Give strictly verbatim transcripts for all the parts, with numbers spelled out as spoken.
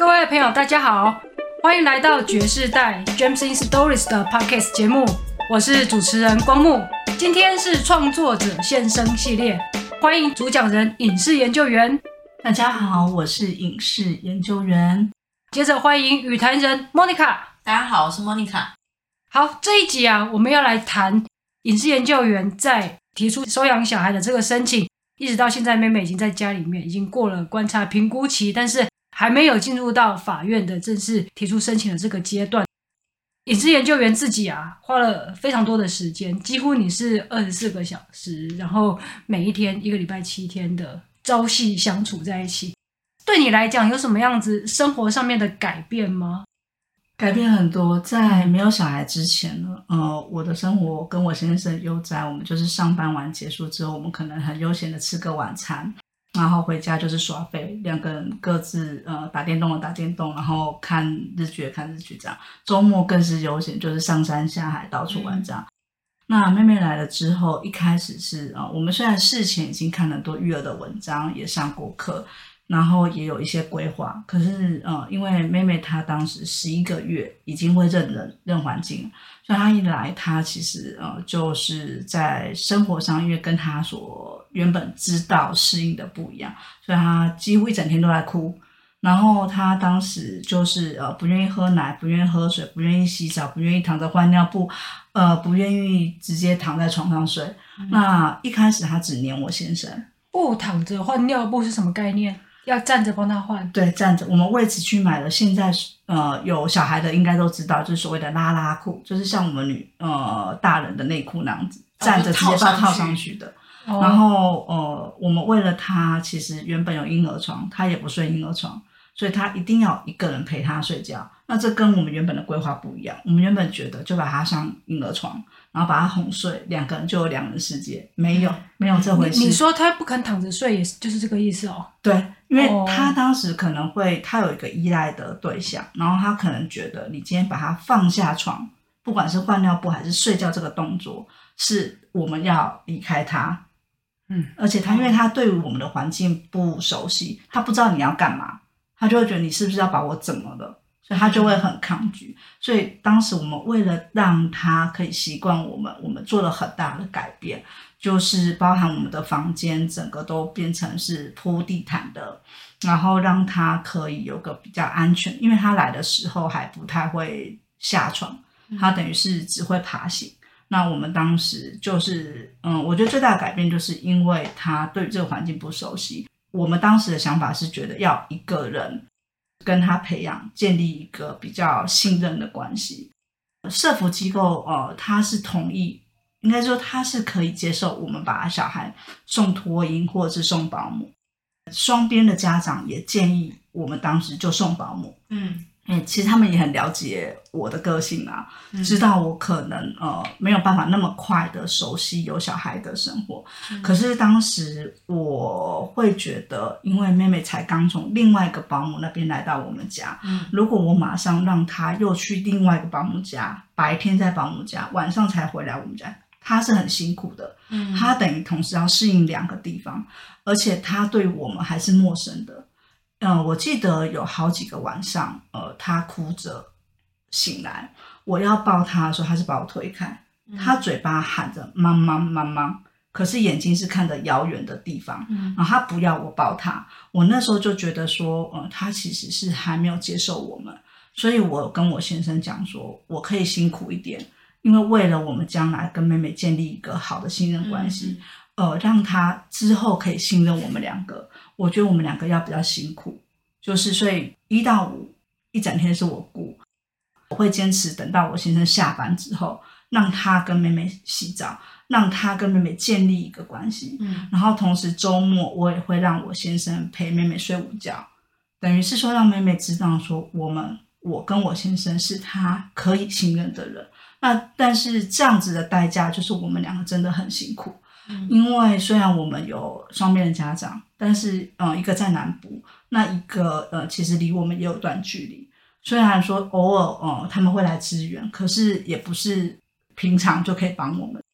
各位朋友大家好，欢迎来到爵士代 Gems in Stories 的 Podcast 节目，我是主持人光木。今天是创作者现身系列，欢迎主讲人影视研究员。 大家好，我是影视研究员。 接着欢迎语坛人 Monica。 大家好，我是 Monica。 好，这一集啊，我们要来谈影视研究员在提出收养小孩的这个申请，一直到现在妹妹已经在家里面，已经过了观察评估期，但是还没有进入到法院的正式提出申请的这个阶段。影视研究员自己啊，花了非常多的时间，几乎你是二十四个小时，然后每一天一个礼拜七天的朝夕相处在一起。对你来讲有什么样子生活上面的改变吗？ 改变很多。在没有小孩之前呢，呃，我的生活跟我先生悠哉，我们就是上班完结束之后，我们可能很悠闲的吃个晚餐，然后回家就是耍废，两个人各自呃打电动的打电动，然后看日剧的看日剧这样。周末更是悠闲，就是上山下海到处玩这样。嗯、那妹妹来了之后，一开始是呃，我们虽然事前已经看了很多育儿的文章，也上过课。然后也有一些规划，可是呃，因为妹妹她当时十一个月已经会认人认环境，所以她一来，她其实呃就是在生活上，因为跟她所原本知道适应的不一样，所以她几乎一整天都在哭。然后她当时就是呃不愿意喝奶，不愿意喝水，不愿意洗澡，不愿意躺着换尿布，呃不愿意直接躺在床上睡。嗯、那一开始她只黏我先生。 不躺着换尿布是什么概念？要站着帮他换？ 对，站着。我们为此去买了，现在呃有小孩的应该都知道，就是所谓的拉拉裤，就是像我们女呃大人的内裤那样子，站着直接把它套上去的。哦、然后呃我们为了他，其实原本有婴儿床，他也不睡婴儿床，所以他一定要一个人陪他睡觉。那这跟我们原本的规划不一样，我们原本觉得就把他上婴儿床，然后把他哄睡，两个人就有两人世界。没有，没有这回事。 你, 你说他不肯躺着睡，也就是这个意思哦？ 对，因为他当时可能会，他有一个依赖的对象，然后他可能觉得你今天把他放下床，不管是换尿布还是睡觉这个动作，是我们要离开他。嗯，而且他因为他对于我们的环境不熟悉，他不知道你要干嘛，他就会觉得你是不是要把我怎么了，所以他就会很抗拒。所以当时我们为了让他可以习惯我们，我们做了很大的改变，就是包含我们的房间整个都变成是铺地毯的，然后让他可以有个比较安全，因为他来的时候还不太会下床，他等于是只会爬行。那我们当时就是嗯，我觉得最大的改变就是因为他对这个环境不熟悉，我们当时的想法是觉得要一个人跟他培养建立一个比较信任的关系。社福机构呃，他是同意，应该说他是可以接受我们把小孩送托婴或者是送保姆，双边的家长也建议我们当时就送保姆。嗯，其实他们也很了解我的个性啊，嗯、知道我可能呃没有办法那么快的熟悉有小孩的生活。嗯、可是当时我会觉得，因为妹妹才刚从另外一个保姆那边来到我们家，嗯、如果我马上让她又去另外一个保姆家，白天在保姆家，晚上才回来我们家，她是很辛苦的。嗯、她等于同时要适应两个地方，而且她对我们还是陌生的。嗯，我记得有好几个晚上，呃，他哭着醒来，我要抱他的时候，他是把我推开，嗯、他嘴巴喊着妈妈妈妈，可是眼睛是看着遥远的地方，嗯、然后他不要我抱他。我那时候就觉得说，呃，他其实是还没有接受我们，所以我跟我先生讲说，我可以辛苦一点，因为为了我们将来跟妹妹建立一个好的信任关系，嗯、呃，让他之后可以信任我们两个。我觉得我们两个要比较辛苦，就是所以一到五一整天是我顾，我会坚持等到我先生下班之后，让他跟妹妹洗澡，让他跟妹妹建立一个关系。嗯，然后同时周末我也会让我先生陪妹妹睡午觉，等于是说让妹妹知道说我们我跟我先生是他可以信任的人。那但是这样子的代价就是我们两个真的很辛苦。因为虽然我们有双边的家长，但是呃一个在南部，那一个呃其实离我们也有段距离。虽然说偶尔呃他们会来支援，可是也不是平常就可以帮我们。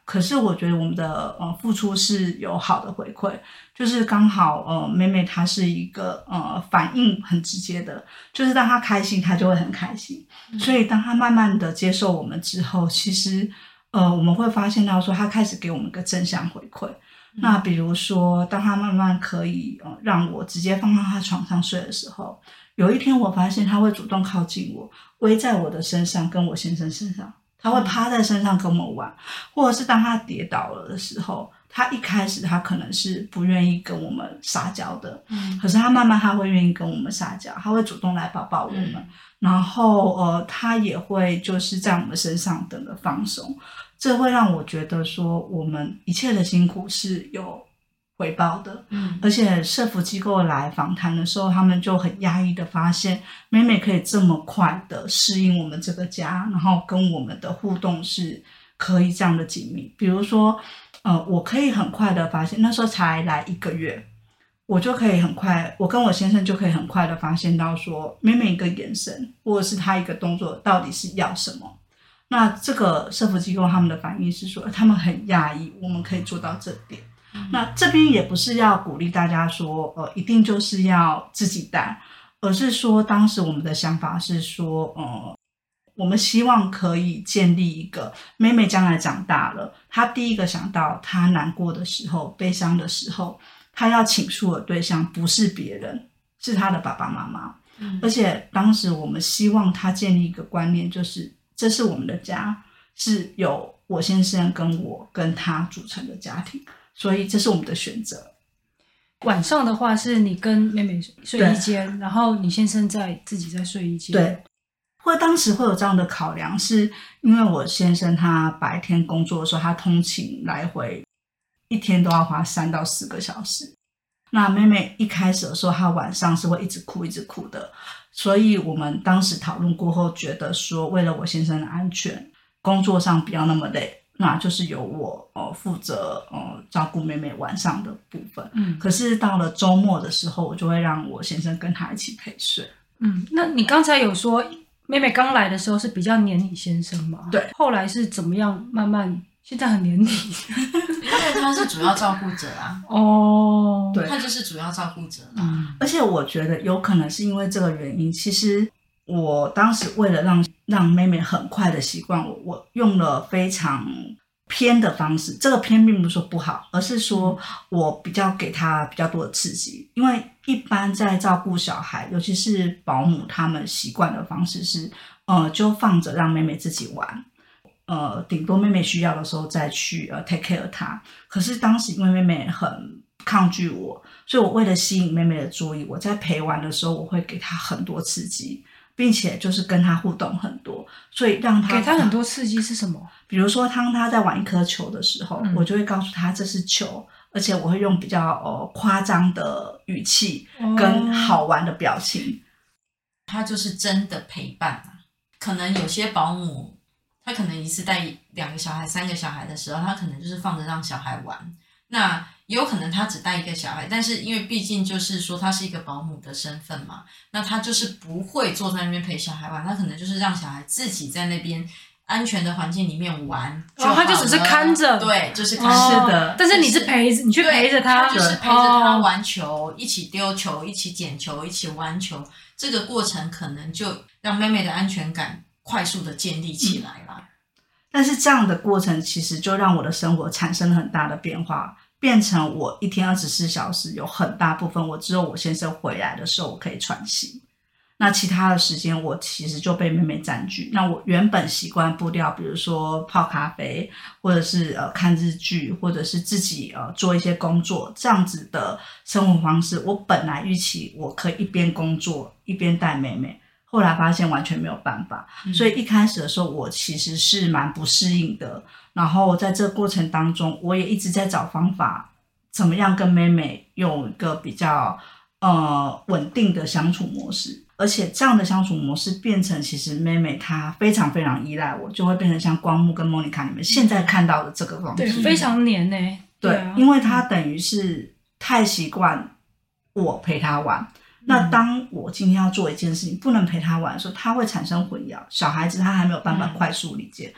可是我觉得我们的呃付出是有好的回馈，就是刚好呃妹妹她是一个呃反应很直接的，就是当她开心她就会很开心，嗯、所以当她慢慢的接受我们之后，其实呃我们会发现到说她开始给我们一个正向回馈。嗯、那比如说当她慢慢可以呃让我直接放到她床上睡的时候，有一天我发现她会主动靠近我，偎在我的身上跟我先生身上，他会趴在身上跟我们玩，或者是当他跌倒了的时候，他一开始他可能是不愿意跟我们撒娇的，嗯，可是他慢慢他会愿意跟我们撒娇，他会主动来抱抱我们，嗯、然后呃，他也会就是在我们身上等着放松，这会让我觉得说我们一切的辛苦是有回报的，嗯，而且社福机构来访谈的时候，他们就很压抑的发现妹妹可以这么快的适应我们这个家，然后跟我们的互动是可以这样的紧密。比如说呃，我可以很快的发现，那时候才来一个月，我就可以很快，我跟我先生就可以很快的发现到说妹妹一个眼神或者是她一个动作到底是要什么。那这个社福机构他们的反应是说他们很讶异我们可以做到这点。那这边也不是要鼓励大家说呃，一定就是要自己带，而是说当时我们的想法是说呃，我们希望可以建立一个妹妹将来长大了，她第一个想到她难过的时候悲伤的时候，她要倾诉的对象不是别人，是她的爸爸妈妈、嗯、而且当时我们希望她建立一个观念，就是这是我们的家，是由我先生跟我跟他组成的家庭，所以这是我们的选择。 晚上的话是你跟妹妹睡一间，然后你先生在自己再睡一间。 对，或当时会有这样的考量，是因为我先生他白天工作的时候，他通勤来回一天都要花三到四个小时。那妹妹一开始的时候，她晚上是会一直哭一直哭的，所以我们当时讨论过后，觉得说为了我先生的安全，工作上不要那么累，那就是由我呃负责呃照顾妹妹晚上的部分。嗯，可是到了周末的时候，我就会让我先生跟她一起陪睡。 嗯，那你刚才有说妹妹刚来的时候是比较黏你先生吗？ 对， 后来是怎么样慢慢现在很黏你？ 因为他是主要照顾者啊。 哦， 对，他就是主要照顾者啦、 嗯。而且我觉得有可能是因为这个原因，其实我当时为了让让妹妹很快的习惯我，我用了非常偏的方式。这个偏并不是说不好，而是说我比较给她比较多的刺激。因为一般在照顾小孩，尤其是保姆，他们习惯的方式是，呃，就放着让妹妹自己玩。呃，顶多妹妹需要的时候再去呃 take care 她。可是当时因为妹妹很抗拒我，所以我为了吸引妹妹的注意，我在陪玩的时候我会给她很多刺激，并且就是跟她互动很多，所以让她给她很多刺激是什么？ 比如说当她在玩一颗球的时候、嗯、我就会告诉她这是球，而且我会用比较呃夸张的语气跟好玩的表情。 她就是真的陪伴啊。可能有些保姆他可能一次带两个小孩三个小孩的时候，他可能就是放着让小孩玩，那也有可能他只带一个小孩，但是因为毕竟就是说他是一个保姆的身份嘛，那他就是不会坐在那边陪小孩玩，他可能就是让小孩自己在那边安全的环境里面玩就好了、 哦、他就只是看着， 对，就是看着、 哦、是的， 但是你是陪着，你去陪着他， 他就是陪着他玩球、哦、一起丢球一起捡球一起玩球，这个过程可能就让妹妹的安全感快速的建立起来了、嗯、 但是这样的过程其实就让我的生活产生了很大的变化，变成我一天二十四小时有很大部分我只有我先生回来的时候我可以喘息，那其他的时间我其实就被妹妹占据。那我原本习惯步调，比如说泡咖啡，或者是呃看日剧，或者是自己呃做一些工作，这样子的生活方式，我本来预期我可以一边工作一边带妹妹，后来发现完全没有办法、嗯、所以一开始的时候我其实是蛮不适应的，然后在这个过程当中我也一直在找方法怎么样跟妹妹用一个比较呃稳定的相处模式，而且这样的相处模式变成其实妹妹她非常非常依赖我，就会变成像光木跟莫妮卡你们现在看到的这个方式， 对，非常黏耶、欸、 对, 对、啊、因为她等于是太习惯我陪她玩，那当我今天要做一件事情不能陪他玩的时候，他会产生混淆，小孩子他还没有办法快速理解、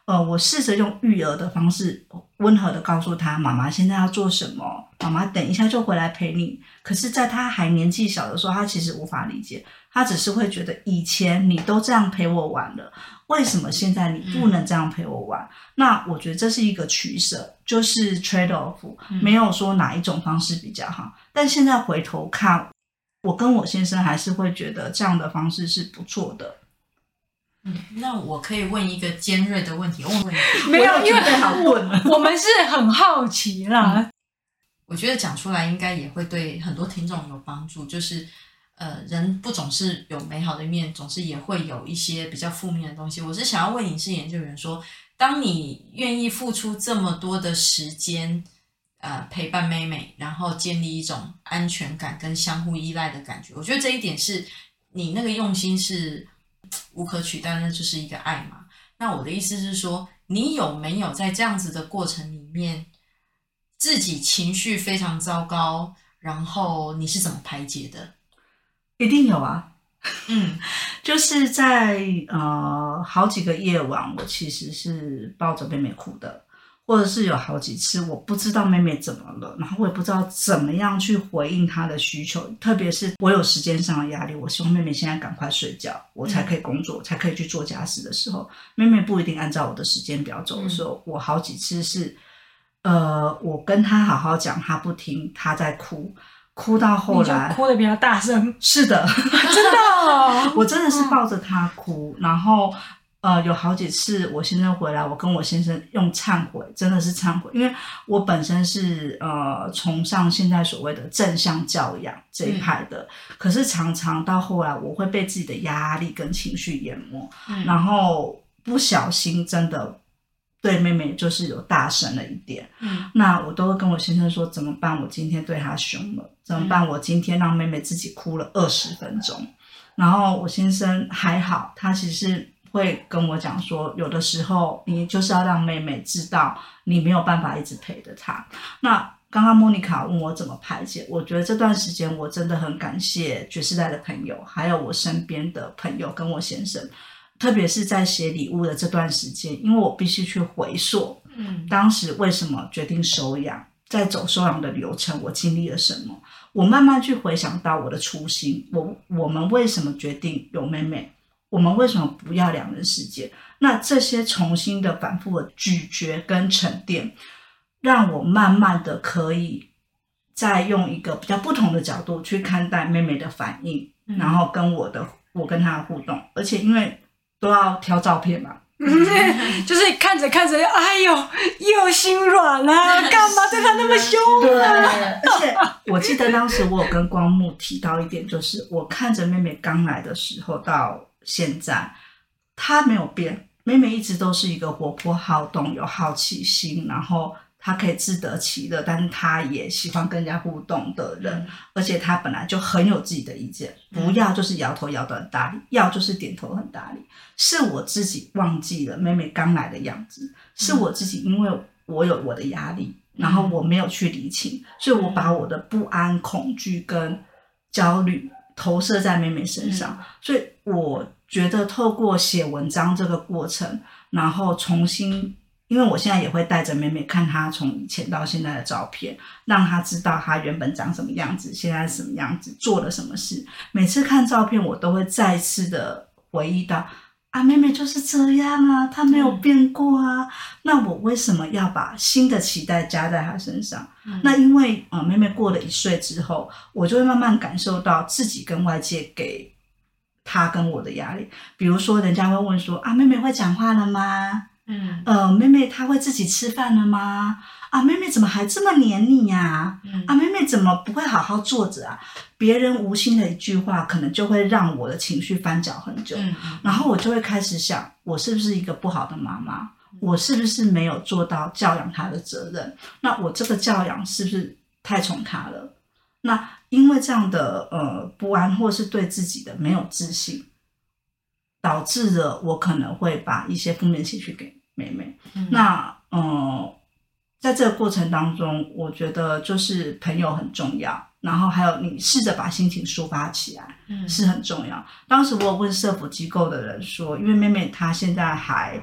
呃，我试着用育儿的方式，温和的告诉他，妈妈现在要做什么，妈妈等一下就回来陪你。可是在他还年纪小的时候，他其实无法理解，他只是会觉得以前你都这样陪我玩了，为什么现在你不能这样陪我玩？嗯、那我觉得这是一个取舍，就是 trade off，、嗯、没有说哪一种方式比较好。但现在回头看，我跟我先生还是会觉得这样的方式是不错的。 嗯，那我可以问一个尖锐的问题，问问你没有，因为我我们是很好奇啦。嗯、 我觉得讲出来应该也会对很多听众有帮助，就是呃，人不总是有美好的一面，总是也会有一些比较负面的东西。我是想要问影视研究员说，当你愿意付出这么多的时间，呃，陪伴妹妹，然后建立一种安全感跟相互依赖的感觉，我觉得这一点是你那个用心是无可取代，那就是一个爱嘛。那我的意思是说，你有没有在这样子的过程里面，自己情绪非常糟糕，然后你是怎么排解的？ 一定有啊， 嗯， 就是在呃好几个夜晚，我其实是抱着妹妹哭的，或者是有好几次我不知道妹妹怎么了，然后我也不知道怎么样去回应她的需求，特别是我有时间上的压力，我希望妹妹现在赶快睡觉，我才可以工作，嗯、才可以去做家事的时候，妹妹不一定按照我的时间表走的时候，嗯、我好几次是呃我跟她好好讲，她不听，她在哭。哭到后来， 你就哭得比较大声。 是的， 真的、哦， 我真的是抱着他哭，嗯、然后呃，有好几次我先生回来，我跟我先生用忏悔，真的是忏悔，因为我本身是呃崇尚现在所谓的正向教养这一派的，嗯、可是常常到后来，我会被自己的压力跟情绪淹没，嗯、然后不小心真的。对妹妹就是有大声了一点，嗯，那我都会跟我先生说怎么办？我今天对她凶了，怎么办？我今天让妹妹自己哭了二十分钟，然后我先生还好，他其实会跟我讲说，有的时候你就是要让妹妹知道你没有办法一直陪着她。那刚刚莫妮卡问我怎么排解，我觉得这段时间我真的很感谢爵士代的朋友，还有我身边的朋友跟我先生。特别是在写礼物的这段时间，因为我必须去回溯，嗯，当时为什么决定收养，在走收养的流程，我经历了什么？我慢慢去回想到我的初心，我我们为什么决定有妹妹？我们为什么不要两人世界？那这些重新的反复的咀嚼跟沉淀，让我慢慢的可以再用一个比较不同的角度去看待妹妹的反应，嗯、然后跟我的我跟她的互动，而且因为。都要挑照片嘛， 就是看着看着，哎呦，又心软了，干嘛对他那么凶啊？ 对，而且我记得当时我有跟光木提到一点，就是我看着妹妹刚来的时候到现在，她没有变，妹妹一直都是一个活泼好动、有好奇心，然后她可以自得其乐，但是她也喜欢跟人家互动的人，嗯、而且她本来就很有自己的意见，不要就是摇头摇得很大力，要就是点头很大力。是我自己忘记了妹妹刚来的样子，是我自己因为我有我的压力，嗯、然后我没有去理清，所以我把我的不安、恐惧跟焦虑投射在妹妹身上，嗯、所以我觉得透过写文章这个过程，然后重新。因为我现在也会带着妹妹看她从以前到现在的照片，让她知道她原本长什么样子，现在是什么样子，做了什么事。每次看照片，我都会再次的回忆到啊，妹妹就是这样啊，她没有变过啊。嗯、那我为什么要把新的期待加在她身上？嗯、那因为呃，妹妹过了一岁之后，我就会慢慢感受到自己跟外界给她跟我的压力。比如说，人家会问说啊，妹妹会讲话了吗？嗯，呃，妹妹她会自己吃饭了吗？啊，妹妹怎么还这么黏你呀、啊？嗯、啊，妹妹怎么不会好好坐着啊？别人无心的一句话，可能就会让我的情绪翻搅很久。嗯、然后我就会开始想，我是不是一个不好的妈妈？嗯、我是不是没有做到教养她的责任？那我这个教养是不是太宠她了？那因为这样的呃不安，或是对自己的没有自信。导致了我可能会把一些负面情绪给妹妹。嗯、那呃，在这个过程当中，我觉得就是朋友很重要，然后还有你试着把心情抒发起来，嗯、是很重要。当时我有问社福机构的人说，因为妹妹她现在还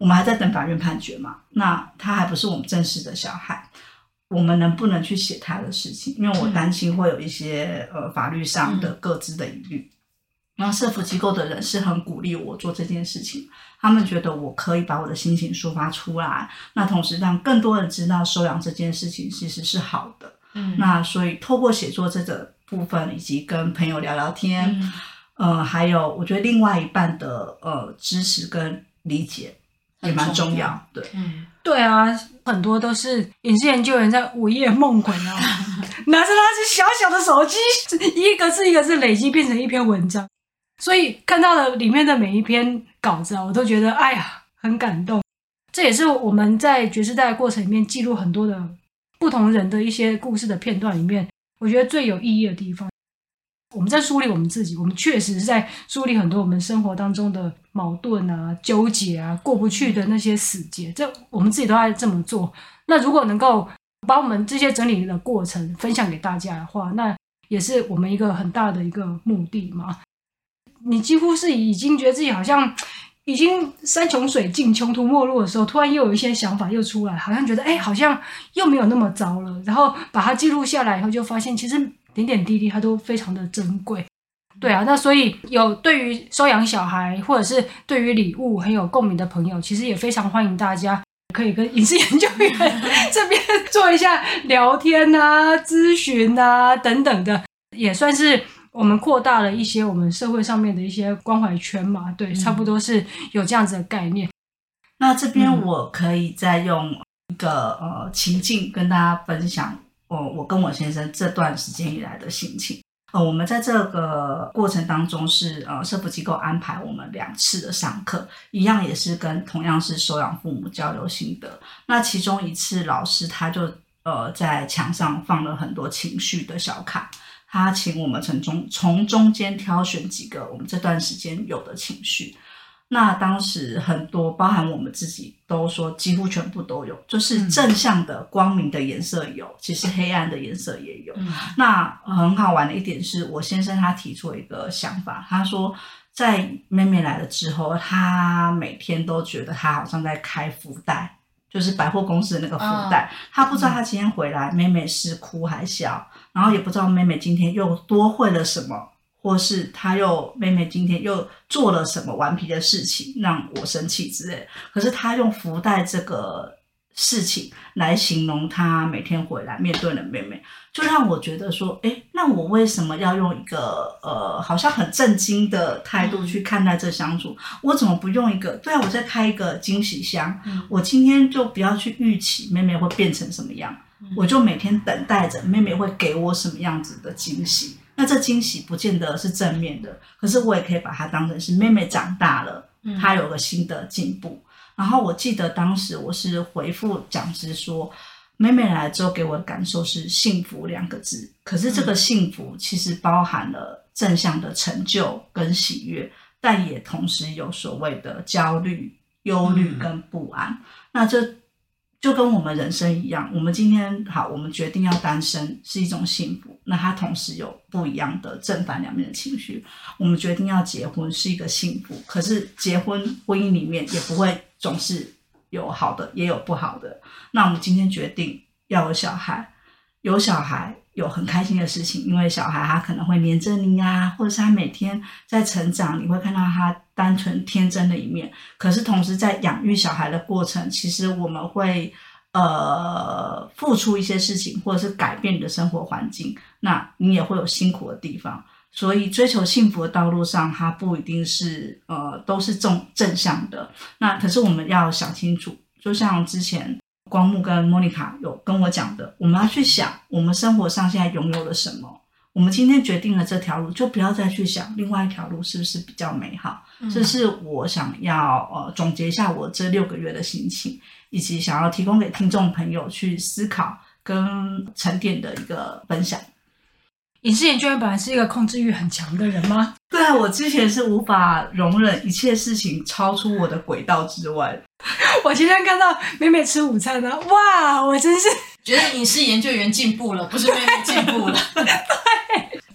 我们还在等法院判决嘛，那他还不是我们正式的小孩，我们能不能去写他的事情？因为我担心会有一些呃法律上的各自的疑虑。然后社福机构的人是很鼓励我做这件事情，他们觉得我可以把我的心情抒发出来，那同时让更多人知道收养这件事情其实是好的。嗯，那所以透过写作这个部分，以及跟朋友聊聊天，嗯，呃，还有我觉得另外一半的呃支持跟理解也蛮重要。对， 嗯，对啊，很多都是影视研究员在午夜梦回啊，拿着那只小小的手机，一个字一个字累积变成一篇文章。所以看到了里面的每一篇稿子啊，我都觉得哎呀很感动。这也是我们在觉世代的过程里面记录很多的不同人的一些故事的片段里面，我觉得最有意义的地方。我们在梳理我们自己，我们确实是在梳理很多我们生活当中的矛盾啊、纠结啊、过不去的那些死结，这我们自己都在这么做。那如果能够把我们这些整理的过程分享给大家的话，那也是我们一个很大的一个目的嘛。你几乎是已经觉得自己好像已经山穷水尽穷途末路的时候，突然又有一些想法又出来，好像觉得哎，好像又没有那么糟了，然后把它记录下来以后，就发现其实点点滴滴它都非常的珍贵。对啊，那所以有对于收养小孩或者是对于礼物很有共鸣的朋友，其实也非常欢迎大家可以跟影视研究员这边做一下聊天啊、咨询啊等等的，也算是我们扩大了一些我们社会上面的一些关怀圈嘛。对，差不多是有这样子的概念。 那这边我可以再用一个呃情境跟大家分享，呃，我跟我先生这段时间以来的心情。呃，我们在这个过程当中是呃社福机构安排我们两次的上课，一样也是跟同样是收养父母交流心得。那其中一次老师他就呃在墙上放了很多情绪的小卡，他请我们从中从中间挑选几个我们这段时间有的情绪。那当时很多包含我们自己都说几乎全部都有，就是正向的光明的颜色有，其实黑暗的颜色也有。嗯，那很好玩的一点是我先生他提出了一个想法，他说在妹妹来了之后，他每天都觉得他好像在开福袋，就是百货公司的那个福袋，哦，他不知道他今天回来妹妹是哭还笑，然后也不知道妹妹今天又多会了什么，或是他又妹妹今天又做了什么顽皮的事情让我生气之类的。可是他用福袋这个事情来形容他每天回来面对了妹妹，就让我觉得说，诶，那我为什么要用一个呃好像很震惊的态度去看待这相处？我怎么不用一个对啊，我在开一个惊喜箱，嗯，我今天就不要去预期妹妹会变成什么样，嗯，我就每天等待着妹妹会给我什么样子的惊喜。那这惊喜不见得是正面的，可是我也可以把它当成是妹妹长大了，嗯，她有个新的进步。然后我记得当时我是回复讲师说，妹妹来了之后给我的感受是幸福两个字，可是这个幸福其实包含了正向的成就跟喜悦，但也同时有所谓的焦虑、忧虑跟不安。嗯，那这就跟我们人生一样，我们今天好，我们决定要单身是一种幸福，那它同时有不一样的正反两面的情绪。我们决定要结婚是一个幸福，可是结婚婚姻里面也不会总是有好的也有不好的。那我们今天决定要有小孩，有小孩有很开心的事情，因为小孩他可能会黏着你啊，或者是他每天在成长，你会看到他单纯天真的一面。可是同时在养育小孩的过程，其实我们会呃付出一些事情，或者是改变你的生活环境，那你也会有辛苦的地方。所以追求幸福的道路上，它不一定是呃都是正正向的。那可是我们要想清楚，就像之前光木跟莫妮卡有跟我讲的，我们要去想我们生活上现在拥有了什么，我们今天决定了这条路，就不要再去想另外一条路是不是比较美好。嗯，这是我想要呃总结一下我这六个月的心情，以及想要提供给听众朋友去思考跟沉淀的一个分享。 影视研究员本来是一个控制欲很强的人吗？ 对啊，我之前是无法容忍一切事情超出我的轨道之外。 我今天看到妹妹吃午餐啊，哇，我真是觉得影视研究员进步了，不是妹妹进步了。 对，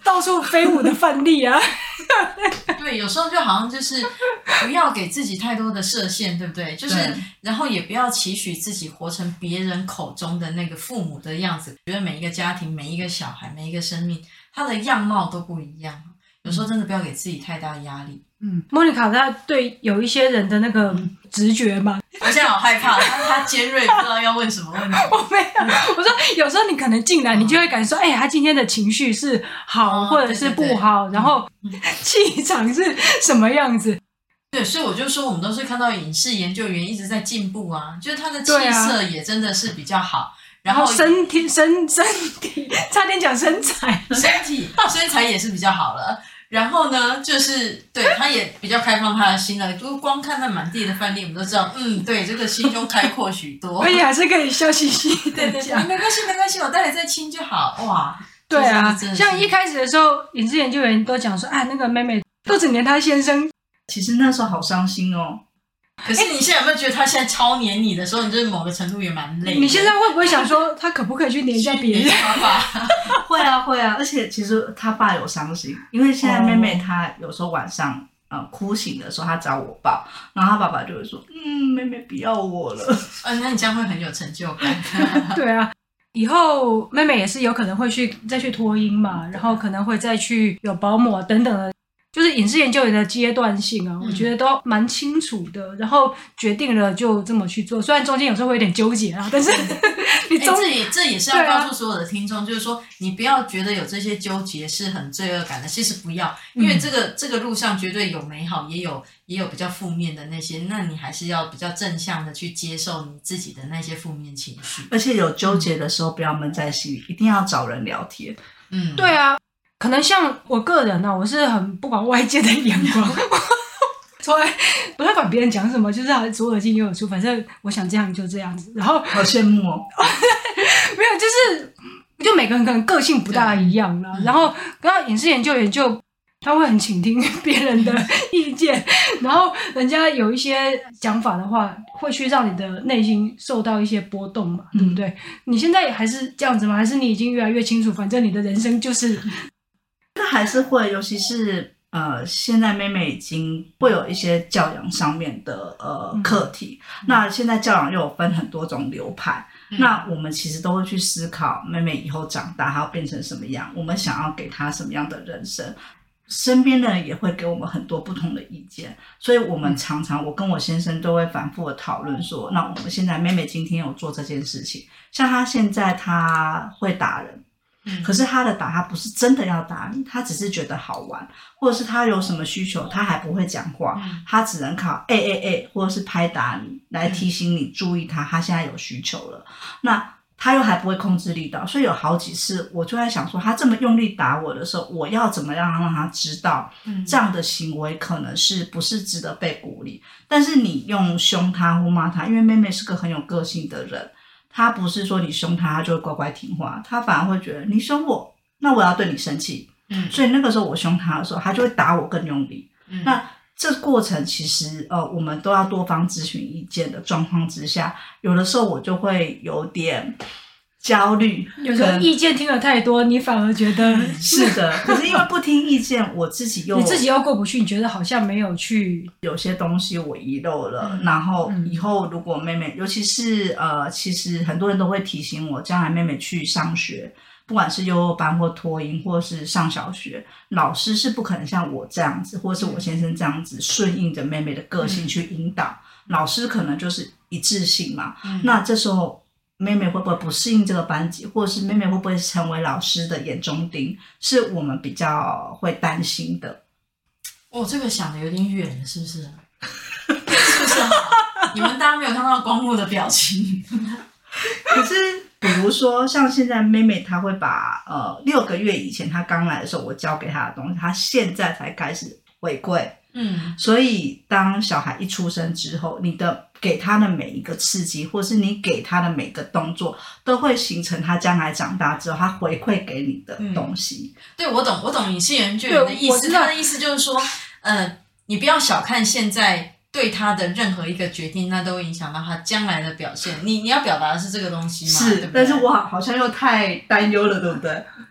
到处飞舞的范例啊。 对，有时候就好像就是不要给自己太多的设限，对不对？就是然后也不要期许自己活成别人口中的那个父母的样子。觉得每一个家庭、每一个小孩、每一个生命，他的样貌都不一样。有时候真的不要给自己太大压力。 嗯，莫妮卡她对有一些人的那个直觉嘛， 我现在好害怕，他尖锐，不知道要问什么问题。 我没有，我说有时候你可能进来，你就会感受，哎、欸，他今天的情绪是好、哦、或者是不好， 对对对， 然后气场是什么样子。 对，所以我就说，我们都是看到影视研究员一直在进步啊，就是他的气色也真的是比较好。 然后身体身身体差点讲身材， 身体身材也是比较好了。然后呢，就是对他也比较开放他的心了。就光看那满地的饭店，我们都知道，嗯，对，这个心胸开阔许多， 而且还是可以笑嘻嘻的。 对对对，没关系没关系，我待会再亲就好。哇， 对啊，像一开始的时候，影视研究员都讲说，啊，那个妹妹都只黏她先生。 其实那时候好伤心哦。 可是你现在有没有觉得他现在超黏你的时候，你就是某个程度也蛮累的？ 你现在会不会想说，他可不可以去黏一下别人？ 会啊会啊，而且其实他爸有伤心，因为现在妹妹她有时候晚上、呃、哭醒的时候，她找我抱，然后她爸爸就会说，嗯，妹妹不要我了。 呃，那你这样会很有成就感。 对啊，以后妹妹也是有可能会去再去托婴嘛，然后可能会再去有保姆等等的。就是影视研究员的阶段性啊，嗯、我觉得都蛮清楚的，然后决定了就这么去做。虽然中间有时候会有点纠结啊，但是你中、 欸、这也这也是要告诉所有的听众，啊、就是说你不要觉得有这些纠结是很罪恶感的，其实不要，因为这个、嗯、这个路上绝对有美好，也有也有比较负面的那些，那你还是要比较正向的去接受你自己的那些负面情绪。 而且有纠结的时候不要闷在心里，一定要找人聊天。 嗯，对啊。可能像我个人呢、啊，我是很不管外界的眼光，从来不太管别人讲什么，就是左耳进右耳出，反正我想这样就这样子。然后好羡慕哦， 没有，就是就每个人可能个性不大一样啦。然后刚刚影视研究员就他会很倾听别人的意见，然后人家有一些讲法的话，会去让你的内心受到一些波动嘛，嗯、对不对？你现在还是这样子吗？还是你已经越来越清楚，反正你的人生就是？ 那还是会，尤其是呃，现在妹妹已经会有一些教养上面的呃课题。嗯、那现在教养又有分很多种流派，嗯、那我们其实都会去思考，妹妹以后长大她要变成什么样，我们想要给她什么样的人生。身边的人也会给我们很多不同的意见，所以我们常常，我跟我先生都会反复的讨论说，那我们现在妹妹今天有做这件事情，像她现在她会打人。可是他的打他不是真的要打你，他只是觉得好玩，或者是他有什么需求他还不会讲话，他只能靠哎哎哎或者是拍打你来提醒你注意他，他现在有需求了。那他又还不会控制力道，所以有好几次我就在想说，他这么用力打我的时候，我要怎么样让他知道这样的行为可能是不是值得被鼓励。但是你用凶他或骂他，因为妹妹是个很有个性的人，他不是说你凶他他就会乖乖听话，他反而会觉得你凶我，那我要对你生气。嗯，所以那个时候我凶他的时候，他就会打我更用力。嗯，那这过程其实呃，我们都要多方咨询意见的状况之下，有的时候我就会有点焦虑， 有时候意见听了太多，你反而觉得是的。可是因为不听意见，我自己又你自己又过不去，你觉得好像没有去有些东西我遗漏了，嗯、然后以后如果妹妹，尤其是呃，其实很多人都会提醒我，将来妹妹去上学，不管是幼儿班或托婴，或是上小学，老师是不可能像我这样子，或是我先生这样子顺应着妹妹的个性去引导，嗯、老师可能就是一致性嘛。嗯、那这时候妹妹会不会不适应这个班级，或者是妹妹会不会成为老师的眼中钉，是我们比较会担心的。 哦，这个想的有点远了，是不是？是不是？你们大家没有看到光幕的表情。 可是比如说像现在妹妹她会把呃六个月以前她刚来的时候我教给她的东西，她现在才开始回馈。嗯，所以当小孩一出生之后，你的给他的每一个刺激，或是你给他的每个动作，都会形成他将来长大之后他回馈给你的东西。 嗯、对，我懂，我懂影视研究员的意思。他的意思就是说，呃，你不要小看现在对他的任何一个决定，那都会影响到他将来的表现。你你要表达的是这个东西吗？ 是，对不对？但是我好像又太担忧了，对不对？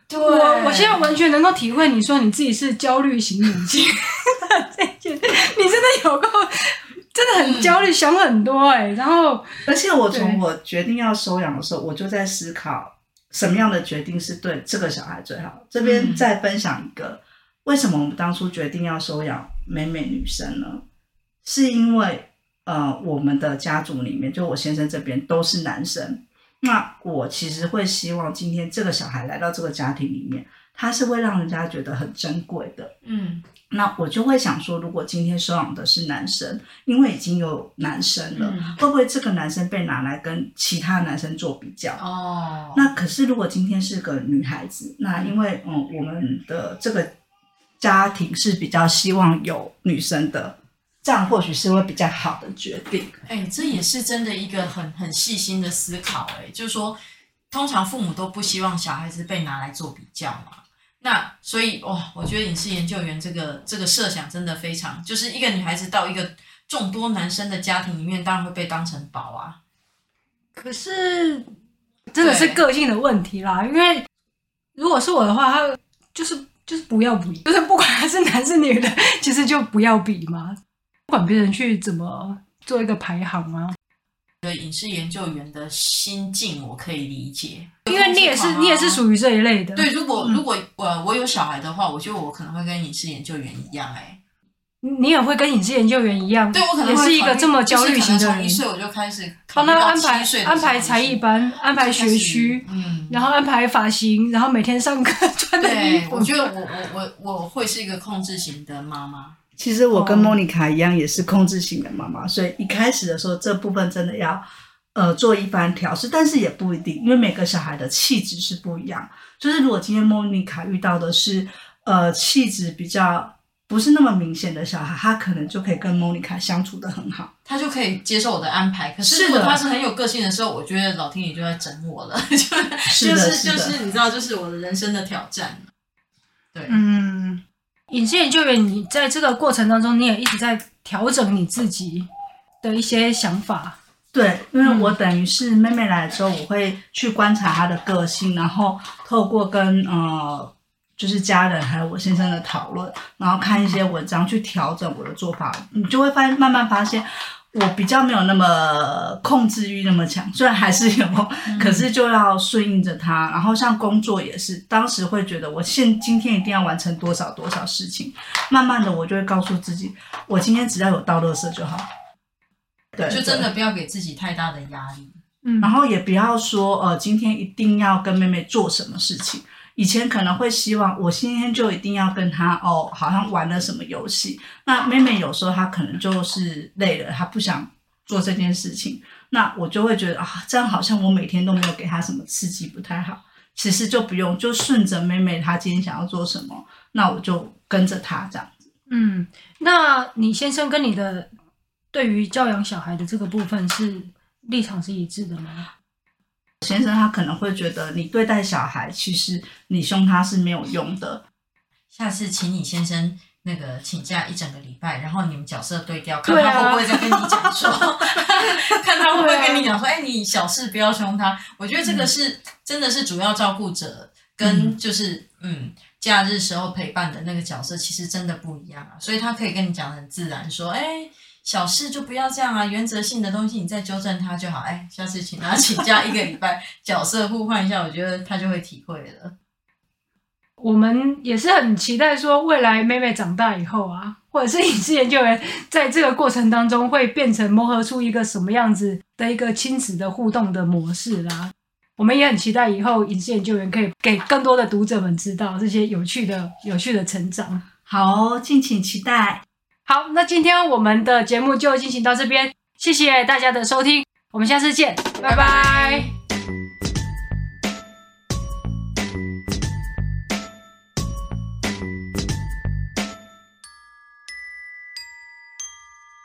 对， 我我现在完全能够体会你说你自己是焦虑型母亲这件，你真的有够真的很焦虑，嗯、想很多哎、欸。然后， 而且我从我决定要收养的时候，我就在思考什么样的决定是对这个小孩最好。这边再分享一个，嗯、为什么我们当初决定要收养美美女生呢？是因为呃，我们的家族里面，就我先生这边都是男生。那我其实会希望今天这个小孩来到这个家庭里面，他是会让人家觉得很珍贵的。 嗯， 那我就会想说，如果今天收养的是男生，因为已经有男生了，嗯、会不会这个男生被拿来跟其他男生做比较？ 哦， 那可是如果今天是个女孩子，那因为嗯，我们的这个家庭是比较希望有女生的。这样或许是会比较好的决定。 哎、欸，这也是真的一个很很细心的思考、欸。哎，就是说，通常父母都不希望小孩子被拿来做比较嘛。那所以哇，我觉得影视研究员这个这个设想真的非常，就是一个女孩子到一个众多男生的家庭里面，当然会被当成宝啊。 可是真的是个性的问题啦，因为如果是我的话，他就是就是不要比，就是不管他是男是女的，其实就不要比嘛。不管别人去怎么做一个排行啊， 对影视研究员的心境我可以理解， 因为你也是你也是属于这一类的。 对，如果、 嗯、 如果我我有小孩的话，我觉得我可能会跟影视研究员一样、欸，哎， 你也会跟影视研究员一样， 对我可能也是一个这么焦虑型的人。 从一岁我就开始帮他安排安排才艺班，安排学区， 嗯， 然后安排发型，然后每天上课穿的衣服。 对，我觉得我我我我会是一个控制型的妈妈。 其实我跟莫妮卡一样，也是控制型的妈妈，所以一开始的时候，这部分真的要呃做一番调试，但是也不一定，因为每个小孩的气质是不一样。就是如果今天莫妮卡遇到的是呃气质比较不是那么明显的小孩，他可能就可以跟莫妮卡相处得很好， 他就可以接受我的安排。可是如果他是很有个性的时候，我觉得老天爷就在整我了，就是就是就是你知道，就是我的人生的挑战。对， 嗯。影视研究员，你在这个过程当中，你也一直在调整你自己的一些想法。 对，因为我等于是妹妹来之后，我会去观察她的个性，然后透过跟呃就是家人还有我先生的讨论，然后看一些文章去调整我的做法，你就会发现慢慢发现。我比较没有那么控制欲那么强，虽然还是有，嗯、可是就要顺应着它。然后像工作也是，当时会觉得我现今天一定要完成多少多少事情，慢慢的我就会告诉自己，我今天只要有倒垃圾就好。对， 就真的不要给自己太大的压力。 嗯， 然后也不要说呃今天一定要跟妹妹做什么事情。以前可能会希望我今天就一定要跟他哦，好像玩了什么游戏。那妹妹有时候她可能就是累了，她不想做这件事情，那我就会觉得啊，这样好像我每天都没有给她什么刺激，不太好。其实就不用，就顺着妹妹她今天想要做什么，那我就跟着她这样子。 嗯，那你先生跟你的对于教养小孩的这个部分是立场是一致的吗？ 先生他可能会觉得你对待小孩，其实你凶他是没有用的。 下次请你先生那个请假一整个礼拜，然后你们角色对调，看他会不会再跟你讲说，看他会不会跟你讲说，哎、欸，你小事不要凶他。我觉得这个是、嗯、真的是主要照顾者跟就是嗯。嗯假日时候陪伴的那个角色其实真的不一样啊，所以他可以跟你讲得很自然说，哎、欸。小事就不要这样啊，原则性的东西你再纠正他就好。哎，下次请他请假一个礼拜，角色互换一下，我觉得他就会体会了。 我们也是很期待说，未来妹妹长大以后啊，或者是影视研究员在这个过程当中会变成磨合出一个什么样子的一个亲子的互动的模式啦。我们也很期待以后影视研究员可以给更多的读者们知道这些有趣的、有趣的成长。 好，敬请期待。 好，那今天我们的节目就进行到这边，谢谢大家的收听，我们下次见，拜拜。